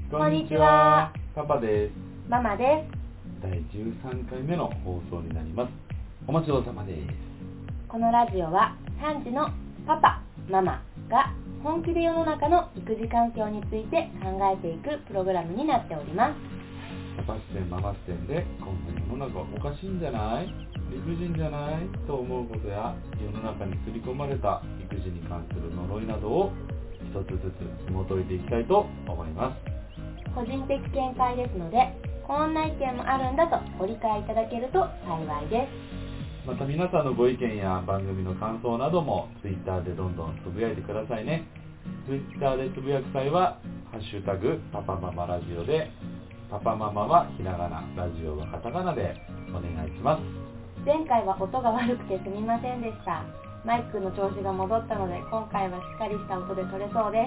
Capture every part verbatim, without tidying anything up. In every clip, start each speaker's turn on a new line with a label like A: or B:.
A: こんにちは。パパです。
B: ママです。
A: だいじゅうさんかいめの放送になります。お待ちどうさまです。
B: このラジオはさんじのパパ、ママが本気で世の中の育児環境について考えていくプログラムになっております。
A: パパ視点、ママ視点でこんな世の中おかしいんじゃない、理不尽じゃないと思うことや、世の中に刷り込まれた育児に関する呪いなどを一つずつ紐解いていきたいと思います。
B: 個人的見解ですので、こんな意見もあるんだとご理解いただけると幸いです。
A: また皆さんのご意見や番組の感想なども Twitter でどんどんつぶやいてくださいね。 Twitter でつぶやく際はハッシュタグパパママラジオで、パパママはひらがな、ラジオはカタカナでお願いします。
B: 前回は音が悪くてすみませんでした。マイクの調子が戻ったので、今回はしっかりした音で撮れそうです。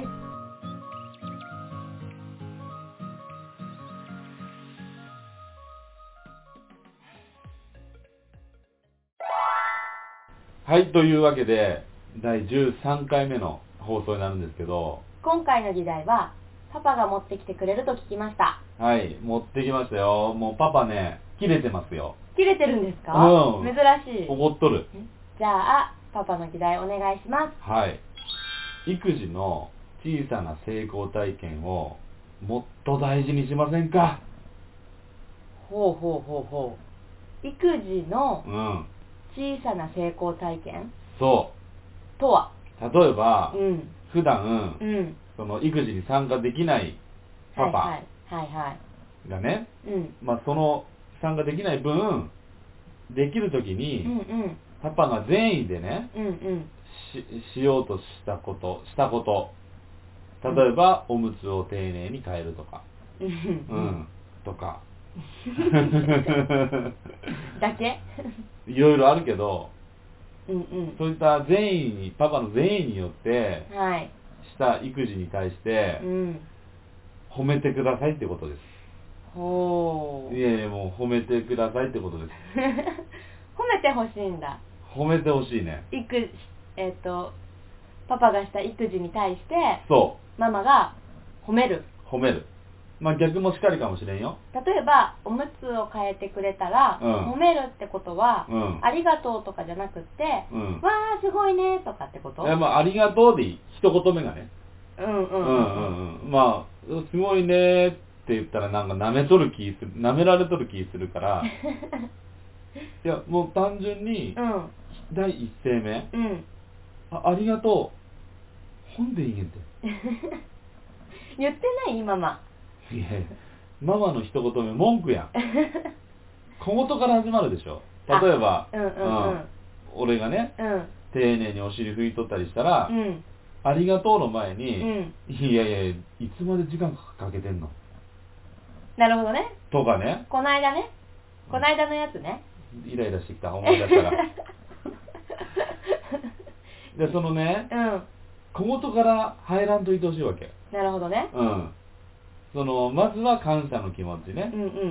A: はい、というわけでだいじゅうさんかいめの放送になるんですけど、
B: 今回の議題はパパが持ってきてくれると聞きました。
A: はい、持ってきましたよ。もうパパね、切れてますよ。
B: 切れてるんですか？
A: うん、
B: 珍しい。
A: 怒っとる。
B: じゃあパパの議題お願いします。
A: はい、育児の小さな成功体験をもっと大事にしませんか？
B: ほうほうほうほう。育児の
A: うん
B: 小さな成功体験、
A: そう
B: とは、
A: 例えば、
B: うん、
A: 普段、
B: うん、
A: その育児に参加できないパパ
B: はいはいはいはい、
A: がね、
B: うん、
A: まあ、その参加できない分、できるときに、
B: うんうん、
A: パパが善意でね、
B: うんうん、
A: し、しようとしたこと、したこと、例えば、おむつを丁寧に変えるとか、
B: うん、
A: うん、とか、
B: だけ
A: いろいろあるけど、
B: うんうん、
A: そういった善意に、パパの善意によって
B: はい、
A: した育児に対して、
B: うん、
A: 褒めてくださいってことです。
B: ほう。
A: いやいや、もう褒めてくださいってことです。
B: 褒めてほしいんだ。
A: 褒めてほしいね。
B: 育、えっと、パパがした育児に対して、
A: そ
B: ママが褒める。
A: う、褒める。まあ逆もしかりかもしれんよ。
B: 例えばおむつを変えてくれたら、
A: うん、
B: 褒めるってことは、
A: うん、
B: ありがとうとかじゃなくって、
A: うん、
B: わーすごいねとかってこと？
A: いや、まあありがとうでいい。一言目がね。
B: うんうんうん、
A: うんうんうん。まあ、すごいねーって言ったらなんか舐めとる気する、舐められとる気するから、いや、もう単純に、
B: うん、
A: 第一声目、
B: うん、
A: あ、ありがとう。ほんでいいんって。
B: 言ってないママ。
A: いやいや、ママの一言目文句やん。小言から始まるでしょ。例えば、
B: うんうんうん、うん、
A: 俺がね、
B: うん、
A: 丁寧にお尻拭いとったりしたら、
B: うん、
A: ありがとうの前に、
B: うん、
A: いやいや、いつまで時間かけてんの
B: なるほどね。
A: とかね。
B: こないだね。こないだのやつね。
A: イライラしてきた、思い出したら。で、そのね、
B: うん。
A: 小言から入らんといてほしいわけ。
B: なるほどね。
A: うん。その、まずは感謝の気持ちね。
B: うんうんうんうん。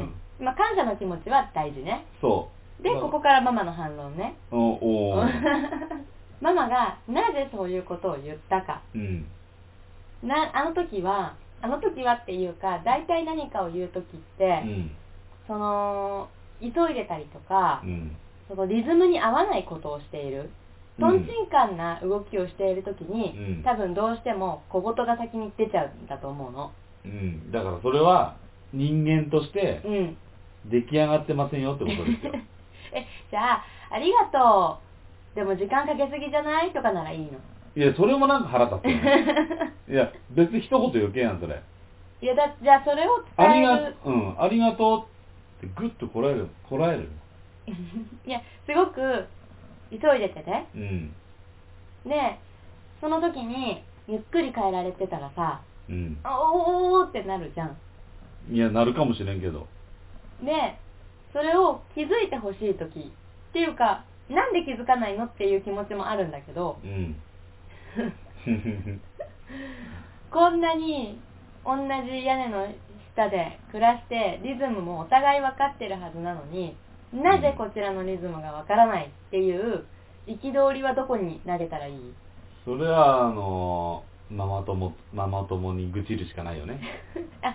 B: うん、まあ感謝の気持ちは大事ね。
A: そう。
B: で、ここからママの反論ね。
A: おお
B: ママがなぜそういうことを言ったか。
A: うん。
B: な、あの時は、あの時はっていうか、大体何かを言う時って、
A: うん、
B: その、急いでたりとか、
A: うん、
B: そのリズムに合わないことをしている。とんちんかんな動きをしている時に、うん、多分どうしても小言が先に出ちゃうんだと思うの。
A: うん。だからそれは人間として出来上がってませんよってことですよ。
B: え、じゃあ、ありがとう。でも時間かけすぎじゃないとかならいいの。
A: いや、それもなんか腹立つよね。いや、別に一言余計やん、それ。
B: いや、だ、じゃあそれを伝える。
A: ありが、うん、ありがとうってグッとこらえる、こらえる。
B: いや、すごく急いでてね。
A: うん。
B: で、その時にゆっくり変えられてたらさ、
A: うん。
B: おーってなるじゃん。
A: いや、なるかもしれんけど。
B: で、それを気づいてほしい時っていうか、なんで気づかないのっていう気持ちもあるんだけど、
A: うん。
B: こんなに同じ屋根の下で暮らしてリズムもお互い分かってるはずなのに、なぜこちらのリズムが分からないっていう憤りはどこに投げたらいい？
A: それはあのママ友ママ友に愚痴るしかないよね。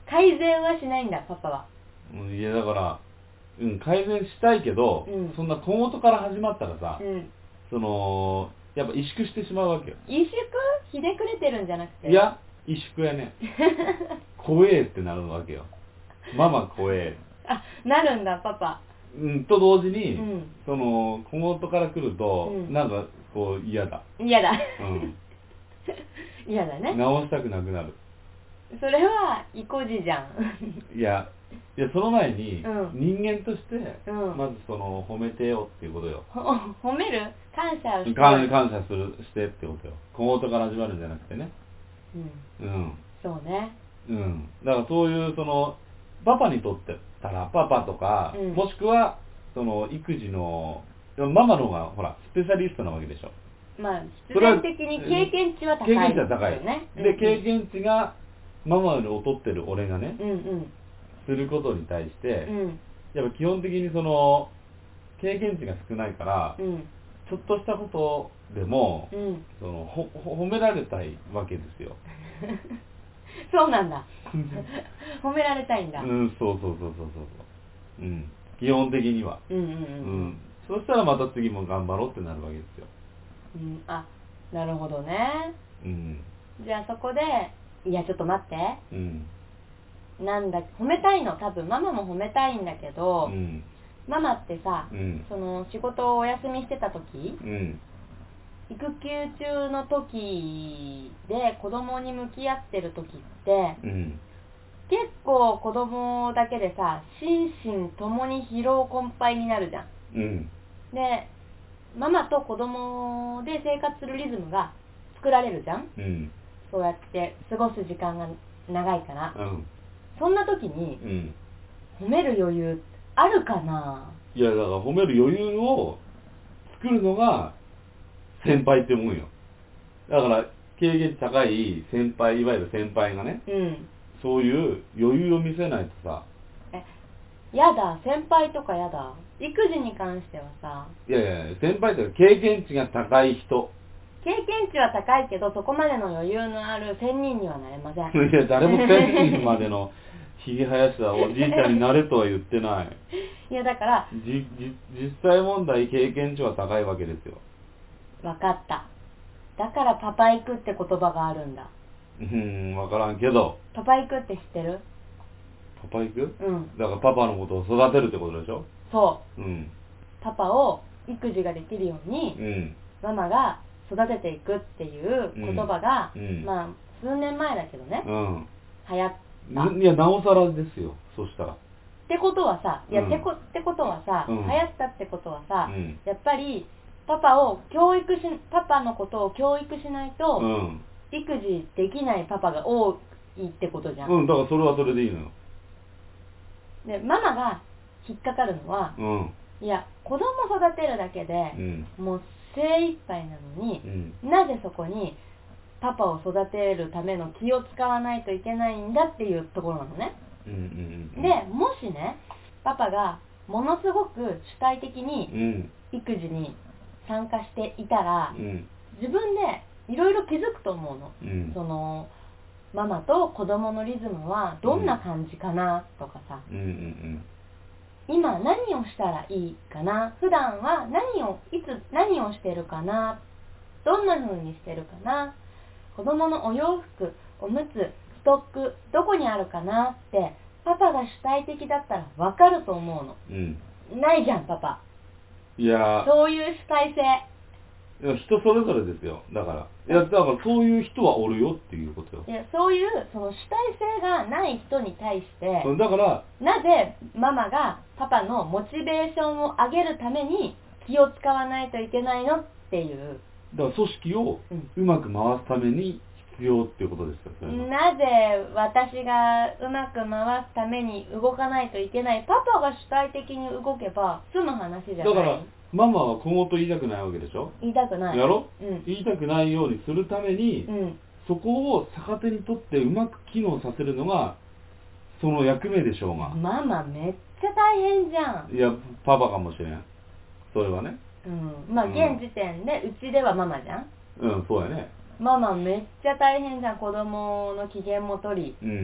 B: 改善はしないんだパパは。
A: うんいやだからうん改善したいけど、
B: うん、
A: そんな小言から始まったらさ、
B: うん、
A: そのやっぱ萎縮してしまうわけよ。
B: 萎縮ひねくれてるんじゃなくて、
A: いや萎縮やね怖えってなるわけよ。ママ怖え
B: あ、なるんだパパ。
A: うんと同時に、
B: うん、
A: その小言から来ると、
B: うん、
A: なんかこう嫌だ。
B: 嫌だ。
A: うん
B: 嫌だね。
A: 直したくなくなる。
B: それは意固地じゃん。
A: いやいやその前に、
B: うん、
A: 人間として、
B: うん、
A: まずその褒めてよっていうことよ。
B: ほ褒める感謝をして
A: 感感謝するしてってことよ。小言から始まるんじゃなくてね。
B: うん、
A: うん。
B: そうね。
A: うん。だからそういうそのパパにとってたらパパとか、
B: うん、
A: もしくはその育児のママの方がほらスペシャリストなわけでしょ。
B: まあ必然的に経験値は高い、
A: 経験値は高い。
B: ね。
A: で、経験値がママより劣ってる俺がね、
B: うんうん、
A: することに対して、
B: うん、
A: やっぱ基本的にその経験値が少ないから、
B: うん、
A: ちょっとしたことでも、
B: うん、
A: そのほほ褒められたいわけですよ。
B: そうなんだ。褒められたいんだ。
A: うん、そうそうそうそうそうそう。うん、基本的には。
B: うんうんうん。
A: うん。そしたらまた次も頑張ろうってなるわけですよ。
B: うん、あ、なるほどね。
A: うん。
B: じゃあそこで、いやちょっと待って。
A: うん。
B: なんだ、褒めたいの、多分ママも褒めたいんだけど、
A: うん。
B: ママってさ、
A: うん、
B: その仕事をお休みしてた時、
A: うん、
B: 育休中の時で子供に向き合ってる時って、
A: うん、
B: 結構子供だけでさ、心身ともに疲労困憊になるじゃん。
A: うん、
B: で、ママと子供で生活するリズムが作られるじゃん。
A: うん、
B: そうやって過ごす時間が長いから。
A: うん、
B: そんな時に、
A: うん。
B: 褒める余裕あるかな。
A: いやだから褒める余裕を作るのが先輩って思うよ。だから経験値高い先輩、いわゆる先輩がね、
B: うん。
A: そういう余裕を見せないとさ。
B: え、やだ、先輩とかやだ。育児に関してはさ、
A: いやいや先輩って経験値が高い人。
B: 経験値は高いけどそこまでの余裕のある仙人にはなれません。
A: いや誰も仙人までのひげ生やしたおじいちゃんになれとは言ってない。
B: いやだから
A: じじ実際問題経験値は高いわけですよ。
B: 分かった。だからパパ育って言葉があるんだ。
A: うーん分からんけど。
B: パパ育って知ってる？
A: パパ育？
B: うん。
A: だからパパのことを育てるってことでしょ。
B: そう。
A: うん。
B: パパを育児ができるように、
A: うん、
B: ママが育てていくっていう言葉が、
A: うんうん、
B: まあ数年前だけどね、うん、流行った。
A: いやなおさらですよ。そしたら。
B: ってことはさ、いや、
A: うん、
B: てこってことはさ、
A: うん、
B: 流行ったってことはさ、
A: うん、
B: やっぱりパパを教育しパパのことを教育しないと、うん、育児できないパパが多いってことじゃん。
A: うん、だからそれはそれでいいのよ。
B: でママが引っかかるのは、うん、いや子供育てるだけで、うん、もう精一杯なのに、うん、なぜそこにパパを育てるための気を使わないといけないんだっていうところなのね。うんうんうん、でもしねパパがものすごく主体的に育児に参加していたら、うん、自分でいろいろ気づくと思うの、うん、そのママと子供のリズムはどんな感じかなとかさ、うんうんうん、今何をしたらいいかな、普段は何をいつ何をしてるかな、どんな風にしてるかな、子供のお洋服、おむつ、ストックどこにあるかなってパパが主体的だったら分かると思うの、うん、ないじゃんパパ。
A: いや
B: そういう主体性、
A: いや人それぞれですよ。だからいやだからそういう人はおるよっていうことよ。
B: いやそういうその主体性がない人に対して
A: だから
B: なぜママがパパのモチベーションを上げるために気を使わないといけないのっていう。
A: だから組織をうまく回すために必要っていうことですよ。
B: うん、なぜ私がうまく回すために動かないといけない、パパが主体的に動けば済む話じゃない。
A: だからママは小言言いたくないわけでしょ。
B: 言いたくない。
A: やろ、
B: うん、
A: 言いたくないようにするために、うん、そこを逆手にとってうまく機能させるのがその役目でしょうが。
B: ママめっちゃ大変じゃん。
A: いやパパかもしれんそれはね。
B: うん、まあ現時点でうちではママじゃん。
A: うん、そうやね。
B: ママめっちゃ大変じゃん。子供の機嫌も取り、
A: うん、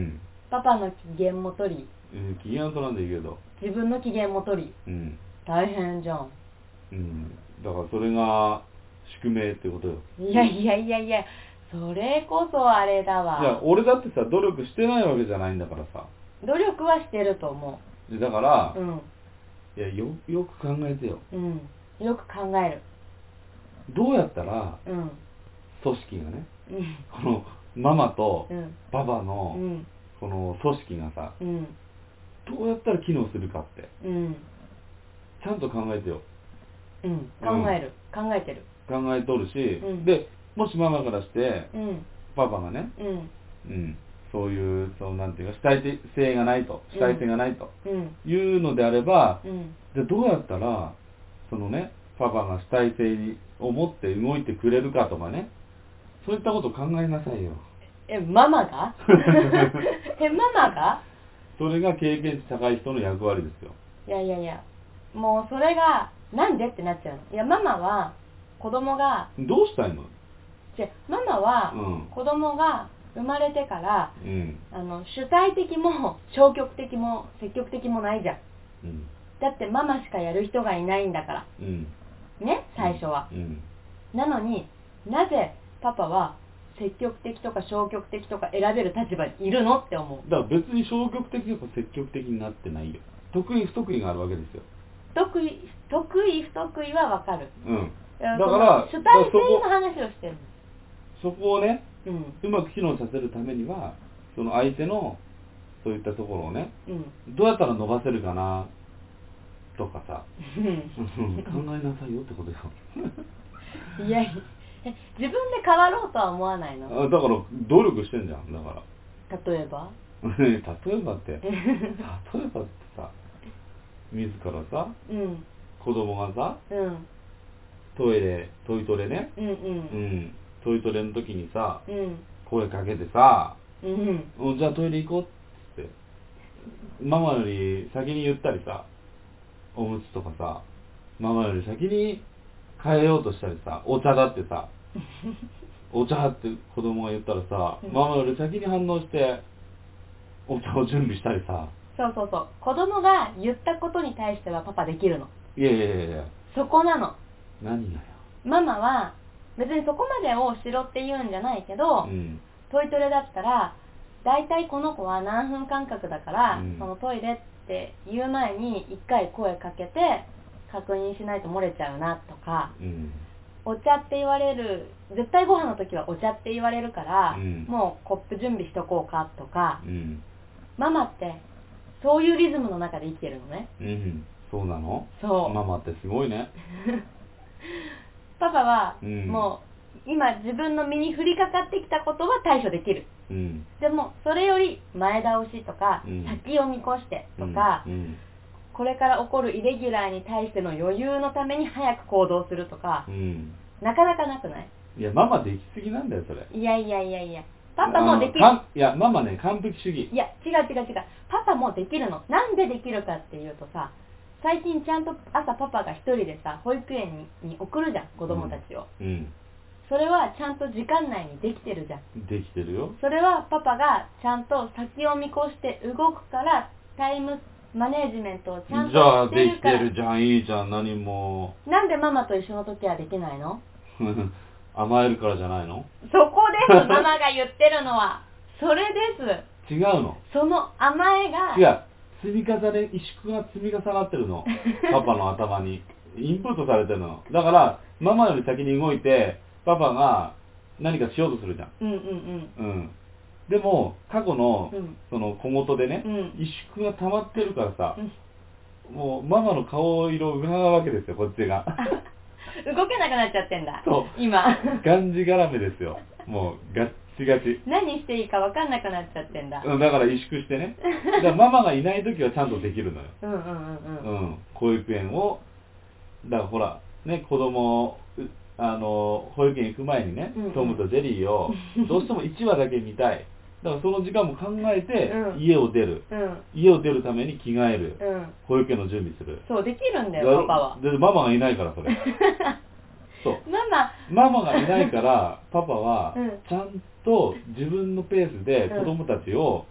B: パパの機嫌も取り、
A: うん、機嫌は取らんでいいけど、
B: 自分の機嫌も取り、
A: うん、
B: 大変じゃん。
A: うん、だからそれが宿命ってことよ。
B: いやいやいやいや、それこそあれだわ。
A: いや、俺だってさ、努力してないわけじゃないんだからさ。
B: 努力はしてると思
A: でだから、
B: う。うん。
A: いや、よ、よく考えてよ。
B: うん。よく考える。
A: どうやったら、
B: うん。
A: 組織がね、
B: うん。
A: このママと
B: うん。
A: パパの、
B: うん。
A: この組織がさ、
B: うん。
A: どうやったら機能するかって、
B: うん。
A: ちゃんと考えてよ。
B: うん。考える。考えてる。
A: 考えとるし、
B: うん、
A: で、もしママからして、
B: うん、
A: パパがね、
B: うん、
A: うん、そういう、そうなんていうか、主体性がないと、主体性がないと、
B: うん、
A: いうのであれば、
B: うん、
A: でどうやったら、そのね、パパが主体性を持って動いてくれるかとかね、そういったことを考えなさいよ。
B: え、ママがえ、ママが
A: それが経験値高い人の役割ですよ。
B: いやいやいや、もうそれが、なんでってなっちゃうの。いや、ママは、子供が、
A: どうしたいの？
B: じゃママは、
A: うん、
B: 子供が生まれてから、
A: うん、
B: あの主体的も消極的も積極的もないじゃん、
A: うん、
B: だってママしかやる人がいないんだから、
A: うん、
B: ね、最初は、
A: うん、
B: なのになぜパパは積極的とか消極的とか選べる立場にいるのって思う。
A: だから別に消極的とか積極的になってないよ。得意不得意があるわけですよ。
B: 得意得意不得意は分かる。
A: うん。
B: だ
A: だから
B: 主体性の話をしてるの。
A: そこをね、
B: うん、
A: うまく機能させるためには、その相手のそういったところをね、
B: うん、
A: どうやったら伸ばせるかなとかさ、
B: うん、
A: 考えなさいよってことよ。
B: いやいや、自分で変わろうとは思わないの？
A: だから努力してんじゃん。だから
B: 例えば
A: 例えばって例えばってさ、自らさ、
B: うん、
A: 子供がさ、
B: うん、
A: トイレトイトレね、
B: うんうん
A: うんトイトレの時にさ、
B: うん、
A: 声かけてさ、
B: うん、
A: うん、じゃあトイレ行こうっつってママより先に言ったりさ、おむつとかさ、ママより先に変えようとしたりさ、お茶だってさお茶って子供が言ったらさ、
B: うん、
A: ママより先に反応してお茶を準備したりさ。
B: そうそうそう、子供が言ったことに対してはパパできるの。
A: いやいやいやいや、
B: そこなの。
A: 何がよ。
B: ママは別にそこまでをしろって言うんじゃないけど、
A: うん、
B: トイトレだったらだいたいこの子は何分間隔だから、
A: うん、
B: そのトイレって言う前にいっかい声かけて確認しないと漏れちゃうなとか、
A: うん、
B: お茶って言われる、絶対ご飯の時はお茶って言われるから、
A: うん、
B: もうコップ準備しとこうかとか、
A: うん、
B: ママってそういうリズムの中で生きてるのね。
A: うん、そうなの？
B: そう。
A: ママってすごいね。
B: パパは、
A: うん、
B: もう今自分の身に降りかかってきたことは対処できる、
A: うん、
B: でもそれより前倒しとか、
A: うん、
B: 先を見越してとか、
A: うんうん、
B: これから起こるイレギュラーに対しての余裕のために早く行動するとか、
A: うん、
B: なかなかなくない？
A: いや、ママできすぎなんだよそれ。
B: いやいやいやいや、パパもできる。
A: いや、ママね、完璧主義。
B: いや、違う違う違う、パパもできるの。なんでできるかっていうとさ、最近ちゃんと朝パパが一人でさ、保育園 に, に送るじゃん、子供たちを、
A: うん、うん、
B: それはちゃんと時間内にできてるじゃん。
A: できてるよ。
B: それはパパがちゃんと先を見越して動くから、タイムマネージメントをちゃん
A: じゃあ
B: としてるから。
A: できてるじゃん、いいじゃん、何も。
B: なんでママと一緒の時はできないの？
A: 甘えるからじゃないの？
B: そこですママが言ってるのは。それです。
A: 違うの。
B: その甘えが。
A: 違う。積み重ね、萎縮が積み重なってるの。パパの頭に。インプットされてるの。だから、ママより先に動いて、パパが何かしようとするじゃん。
B: うんうんうん。
A: うん。でも、過去の、
B: うん、
A: その小言でね、うん、萎縮が溜まってるからさ、うん、もうママの顔色を伺うわけですよ、こっちが。
B: 動けなくなっちゃってんだ。
A: そう。
B: 今。
A: がんじがらめですよ。もう、ガッチガチ。
B: 何していいか分かんなくなっちゃってんだ。
A: だから萎縮してね。だからママがいない時はちゃんとできるのよ。
B: うんうんうんうん。
A: うん。保育園を、だからほら、ね、子供、あの、保育園行く前にね、うんうん、トムとジェリーを、どうしてもいちわだけ見たい。だからその時間も考えて、家を出る、うん、家を出るために着替える、うん、保育園の準備する。
B: そう、できるんだよ、パパは。
A: で、ママがいないから、それ。そう。
B: ママ。
A: ママがいないから、パパは、ちゃんと自分のペースで子供たちを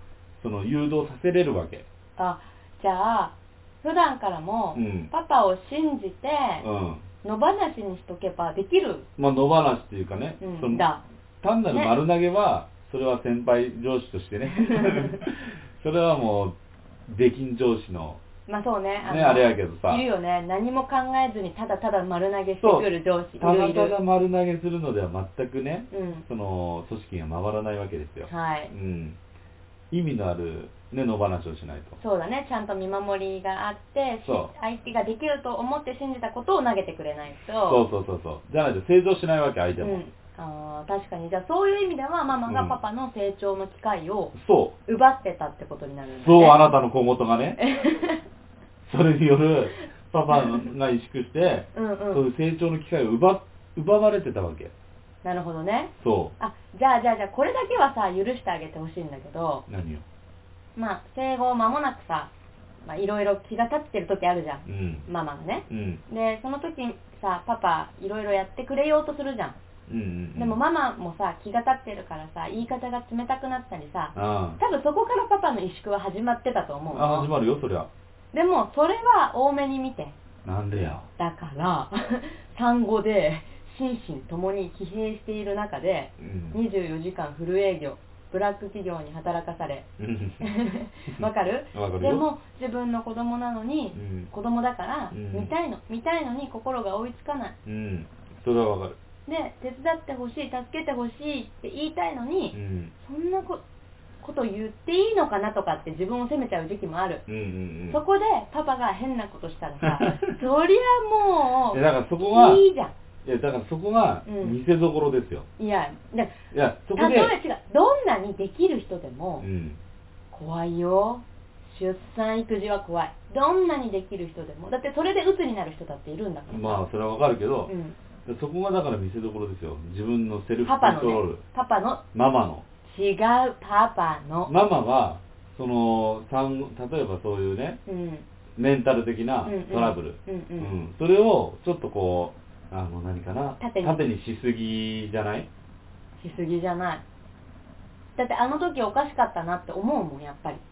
A: その誘導させれるわけ。
B: あ、じゃあ普段からも
A: うん
B: パパを信じて
A: うん
B: 野放しにしとけばできる。
A: まあ野放しっていうかね、
B: うん
A: その
B: だ
A: 単なる丸投げは、それは先輩上司としてねそれはもう出禁上司の
B: まあそうね、あの
A: ねあれやけどさ、
B: いるよね。何も考えずにただただ丸投げしてくる上司い
A: ただ
B: るいる。
A: ただ丸投げするのでは全くね、
B: うん
A: その組織が回らないわけですよ。
B: はい、
A: うん、意味のある、ね、野放しをしないと。
B: そうだね、ちゃんと見守りがあってし
A: そう
B: 相手ができると思って信じたことを投げてくれないと。
A: そうそうそうそう。じゃないと成長しないわけ、相手も。
B: うん、あー確かに。じゃあそういう意味ではママがパパの成長の機会を
A: そ
B: 奪ってたってことになるんだね。
A: う。そう、あなたの小言がね、それによるパパが萎縮して、
B: うんうん、
A: そういう成長の機会を奪奪われてたわけ。
B: なるほどね。
A: そ
B: あ、じゃあじゃあじゃあこれだけはさ許してあげてほしいんだけど、
A: う。何よ。
B: まあ生後間もなくさ、まあいろいろ気が立ってる時あるじゃん、
A: うん。
B: ママがね。
A: うん。
B: でその時にさパパいろいろやってくれようとするじゃん。
A: うんうんうん。
B: でもママもさ気が立ってるからさ言い方が冷たくなったりさ、
A: あ
B: 多分そこからパパの萎縮は始まってたと思うの。
A: あ、始まるよ、そりゃ。
B: でもそれは多めに見て。
A: なんでや。
B: だから産後で心身ともに疲弊している中で、
A: うん。
B: にじゅうよじかんフル営業、ブラック企業に働かされ
A: うん
B: わかる？
A: わかるよ。
B: でも自分の子供なのに、
A: うん
B: 子供だから
A: うん
B: 見たいの見たいのに心が追いつかない。
A: うん。それはわかる。
B: で手伝ってほしい、助けてほしいって言いたいのに、
A: うん。
B: そんなここと言っていいのかなとかって自分を責めちゃう時期もある。
A: うんうんうん。
B: そこでパパが変なことしたらさそりゃもう
A: いやだからそこが
B: いいじゃん。
A: いやだからそこが
B: うん
A: 見せ所ですよ。
B: いやで
A: いやそこで。
B: 例えば違う、どんなにできる人でも
A: うん。
B: 怖いよ。出産育児は怖い。どんなにできる人でも、だってそれで鬱になる人だっているんだからさ。
A: まあそれはわかるけど、
B: うん
A: そこがだから見せ所ですよ。自分のセルフコ
B: パパの
A: ントロール。
B: ね、パパの
A: ママの。
B: 違うパパの、
A: ママはその産例えばそういうね
B: うん
A: メンタル的な
B: うんうん
A: トラブル、
B: うんうん
A: うんそれをちょっとこうあの何かな
B: 縦に
A: しすぎじゃない？
B: しすぎじゃない。だってあの時おかしかったなって思うもん、やっぱり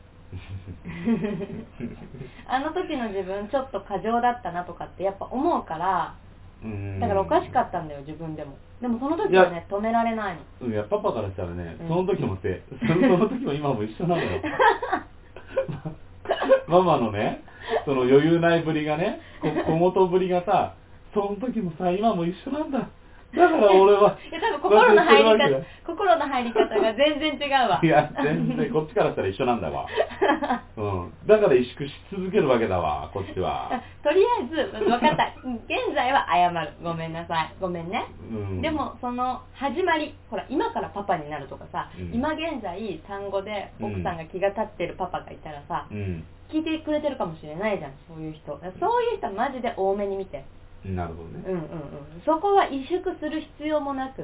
B: あの時の自分ちょっと過剰だったなとかってやっぱ思うから、
A: うん
B: だからおかしかったんだよ自分でも。でもその時はね止められないの。
A: いやパパからしたらね、
B: うん
A: その時もせその時も今も一緒なのよママのねその余裕ないぶりがねこ小言ぶりがさその時もさ今も一緒なんだ。だから俺は
B: いや多分心の入り方
A: こうやって言ってるわ
B: 心の入り方が全然違うわ。
A: いや全然こっちからしたら一緒なんだわうんだから萎縮し続けるわけだわこっちは
B: とりあえず分かった。現在は謝る。ごめんなさい。ごめんね。
A: うん
B: でもその始まり、ほら今からパパになるとかさ、
A: うん
B: 今現在産後で奥さんが気が立ってるパパがいたらさ、
A: うん
B: 聞いてくれてるかもしれないじゃん、そういう人。そういう人はマジで多めに見て。
A: なるほどね。
B: うんうんうん。そこは萎縮する必要もなくって、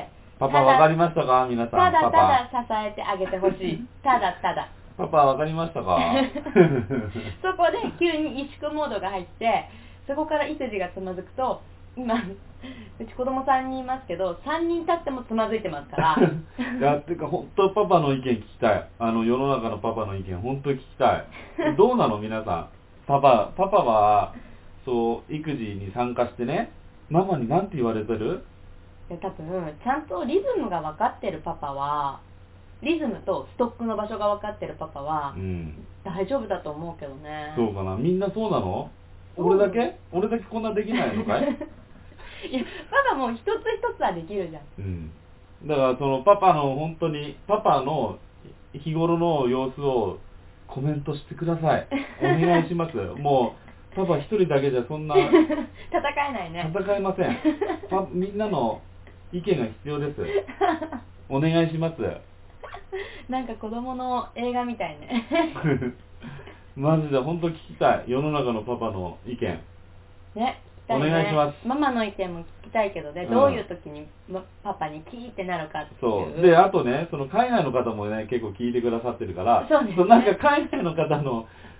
A: パパわかりましたか皆さん。
B: ただた
A: パ
B: だ支えてあげてほしい。ただただ。
A: パ。パパわかりましたか
B: そこで急に萎縮モードが入って、そこから育児がつまずくと、今、うち子供さんにんいますけど、さんにん経ってもつまずいてますから。
A: いや、てか本当パパの意見聞きたい。あの世の中のパパの意見本当に聞きたい。どうなの皆さん。パパ、パパは、そう育児に参加してね、ママに何て言われてる？
B: いや多分ちゃんとリズムが分かってるパパは、リズムとストックの場所が分かってるパパは、
A: うん、
B: 大丈夫だと思うけどね。
A: そうかな。みんなそうなの？
B: そう
A: 俺だけ俺だけこんなできないのかい？
B: いやパパも一つ一つはできるじゃん。
A: うん、だからそのパパの本当にパパの日頃の様子をコメントしてください。お願いします。もうパパ一人だけじゃそんな
B: 戦えないね。
A: 戦えません。パみんなの意見が必要です。お願いします。
B: なんか子供の映画みたいね。
A: マジで本当聞きたい。世の中のパパの意見。
B: ね、聞きたいね。
A: お願いします。
B: ママの意見も聞きたいけどね、
A: うん
B: どういう時に、ま、パパにキーってなるかっていう。
A: そうであとね、その海外の方もね結構聞いてくださってるから、
B: そうですね
A: なんか海外の方の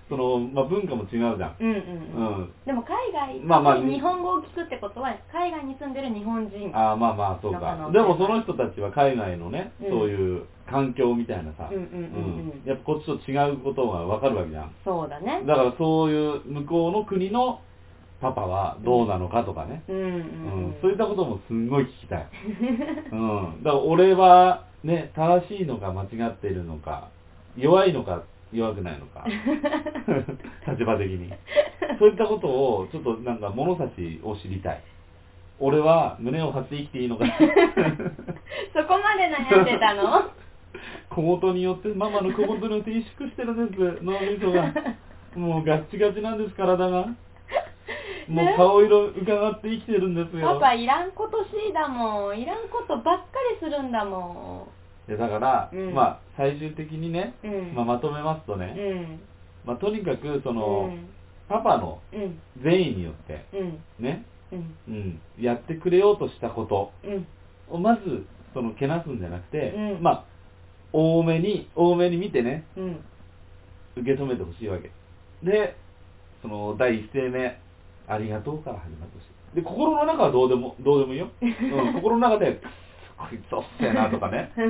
A: その、まあ、文化も違うじゃん。
B: うんうんうん。
A: うん。
B: でも海外
A: まあまあ
B: で日本語を聞くってことは、海外に住んでる日本人。
A: ああ、まあまあ、そうか。でもその人たちは海外のね、
B: うん、
A: そういう環境みたいなさ、
B: うんうんうんうん。
A: やっぱこっちと違うことがわかるわけじゃん。
B: そうだね。
A: だからそういう向こうの国のパパはどうなのかとかね。
B: うんうんうんうん、
A: そういったこともすんごい聞きたい。うん。だから俺はね、正しいのか間違っているのか、弱いのか弱くないのか、立場的に。そういったことをちょっとなんか物差しを知りたい。俺は胸を張って生きていいのか。
B: そこまで悩んでたの？
A: 小言によって、ママの小言によって萎縮してるんです、脳みそが。もうガッチガチなんです、体が。もう顔色伺って生きてるんですよ。
B: パパいらんことしいだもん。いらんことばっかりするんだも
A: ん。でだから、うん、まあ最終的にね、うん、まあ、まとめますとね、うん、まあ、とにかくその、うん、パパの善意によって、うん、ね、うんうん、やってくれようとしたことをまずそのけなすんじゃなくて、うん、まあ多めに多めに見てね、うん、受け止めてほしいわけで、その第一声目ありがとうから始まってほしい。で心の中はどうでもどうでもいいよ、うん、心の中でこいつおっせえなとかね、うん、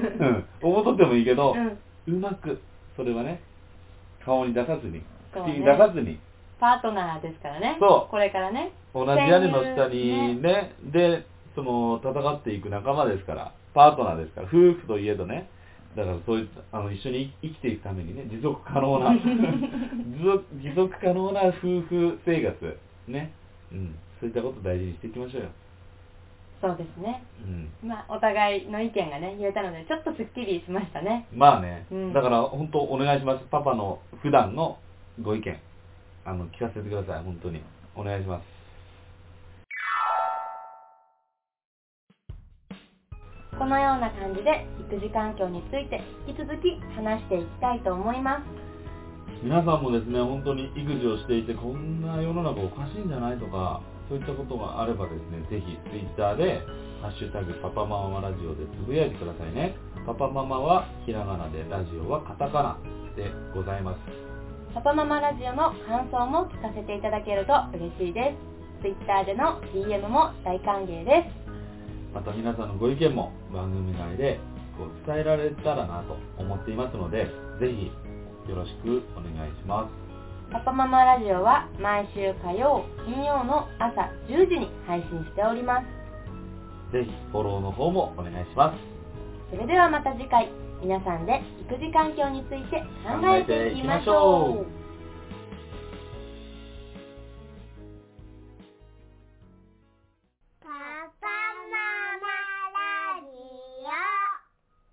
A: 思っとってもいいけど、うん、うまくそれはね顔に出さずに、口に出さずに、
B: パートナーですからね。
A: そう。
B: これからね。
A: 同じ屋根の下にね、ねで、その、戦っていく仲間ですから、パートナーですから、夫婦といえどね、だからそういった、あの、一緒に生きていくためにね、持続可能な、持続、持続可能な夫婦生活、ね、うん、そういったことを大事にしていきましょうよ。
B: そうですね。うん。まあ、お互いの意見がね、言えたので、ちょっとすっきりしましたね。
A: まあね、うん、だから本当お願いします。パパの普段のご意見。あの聞かせてください。本当にお願いします。
B: このような感じで育児環境について引き続き話していきたいと思います。
A: 皆さんもですね、本当に育児をしていてこんな世の中おかしいんじゃないとか、そういったことがあればですね、ぜひ Twitter でハッシュタグパパママラジオでつぶやいてくださいね。パパママはひらがなで、ラジオはカタカナでございます。
B: パパママラジオの感想も聞かせていただけると嬉しいです。Twitter での ディーエム も大歓迎です。
A: また皆さんのご意見も番組内でこう伝えられたらなと思っていますので、ぜひよろしくお願いします。
B: パパママラジオは毎週火曜、金曜の朝じゅうじに配信しております。
A: ぜひフォローの方もお願いします。
B: それではまた次回、皆さんで育児環境について考えていきましょう。